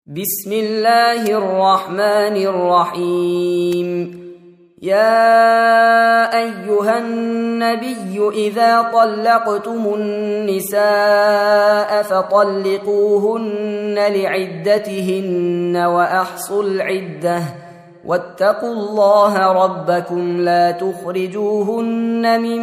بسم الله الرحمن الرحيم. يا أيها النبي إذا طلقتم النساء فطلقوهن لعدتهن وأحصوا العدة واتقوا الله ربكم لا تخرجوهن من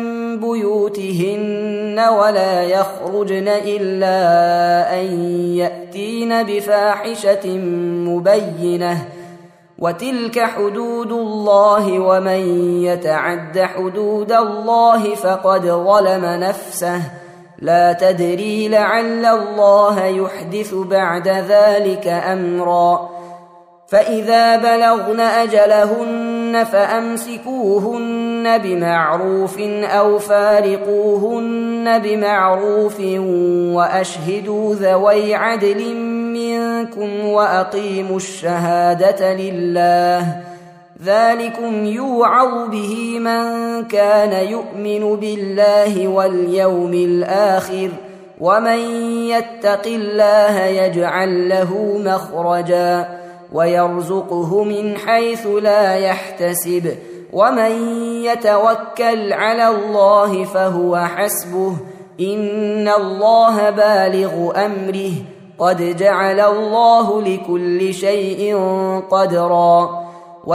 بيوتهن ولا يخرجن إلا أن يأتين بفاحشة مبينة وتلك حدود الله ومن يتعد حدود الله فقد ظلم نفسه لا تدري لعل الله يحدث بعد ذلك أمرا. فإذا بلغن أجلهن فأمسكوهن بمعروف أو فارقوهن بمعروف وأشهدوا ذوي عدل منكم وأقيموا الشهادة لله ذلكم يوعظ به من كان يؤمن بالله واليوم الآخر ومن يتق الله يجعل له مخرجا ويرزقه من حيث لا يحتسب ومن يتوكل على الله فهو حسبه إن الله بالغ أمره قد جعل الله لكل شيء قدرا.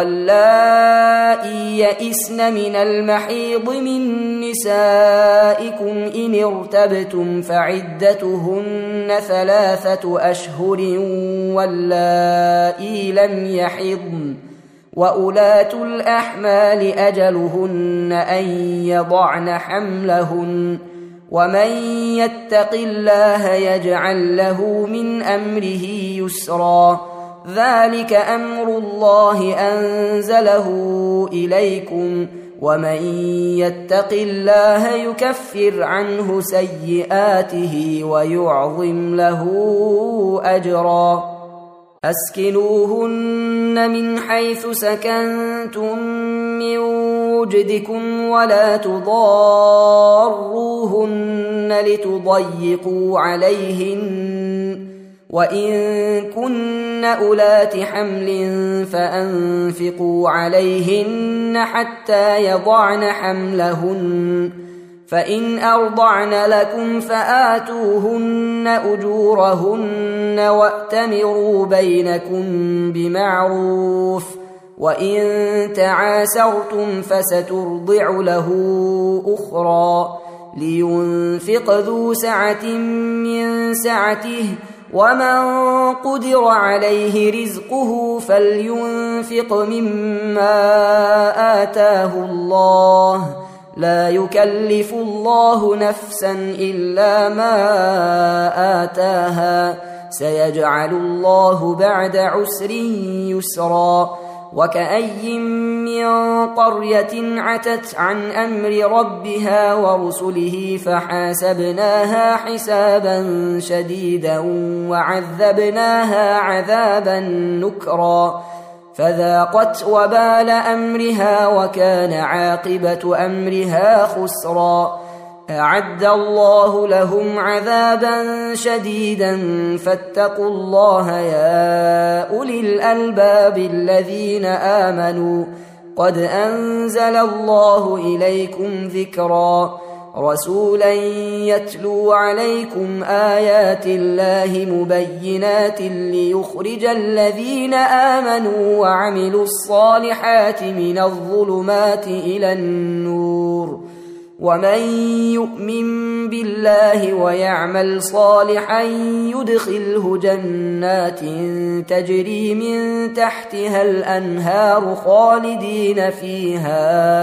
واللائي يئسن من المحيض من نسائكم إن ارتبتم فعدتهن 3 أشهر واللائي لم يحضن وأولاة الأحمال أجلهن أن يضعن حملهن ومن يتق الله يجعل له من أمره يسرا. ذلك أمر الله أنزله إليكم ومن يتق الله يكفر عنه سيئاته ويعظم له أجرا. أسكنوهن من حيث سكنتم من وجدكم ولا تضاروهن لتضيقوا عليهن وإن كن أولات حمل فأنفقوا عليهن حتى يضعن حملهن فإن أرضعن لكم فآتوهن أجورهن وأتمروا بينكم بمعروف وإن تعاسرتم فسترضع له أخرى لينفق ذو سعة من سعته ومن قدر عليه رزقه فلينفق مما آتاه الله لا يكلف الله نفسا إلا ما آتاها سيجعل الله بعد عسر يسرا. وكأي من قرية عتت عن أمر ربها ورسله فحاسبناها حسابا شديدا وعذبناها عذابا نكرا فذاقت وبال أمرها وكان عاقبة أمرها خسرا. أعد الله لهم عذابا شديدا فاتقوا الله يا أولي الألباب الذين آمنوا قد أنزل الله إليكم ذكرا رسولا يتلو عليكم آيات الله مبينات ليخرج الذين آمنوا وعملوا الصالحات من الظلمات إلى النور ومن يؤمن بالله ويعمل صالحا يدخله جنات تجري من تحتها الأنهار خالدين فيها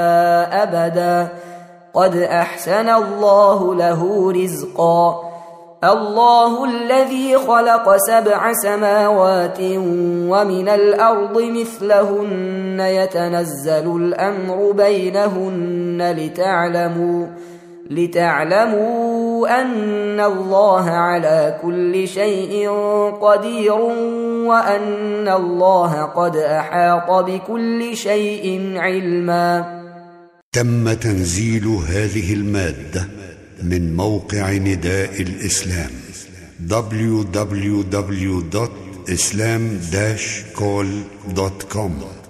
أبدا قد أحسن الله له رزقا. الله الذي خلق 7 سماوات ومن الأرض مثلهن يتنزل الأمر بينهن لتعلموا أن الله على كل شيء قدير وأن الله قد أحاط بكل شيء علما. تم تنزيل هذه المادة من موقع نداء الإسلام www.nidaelislam islam-call.com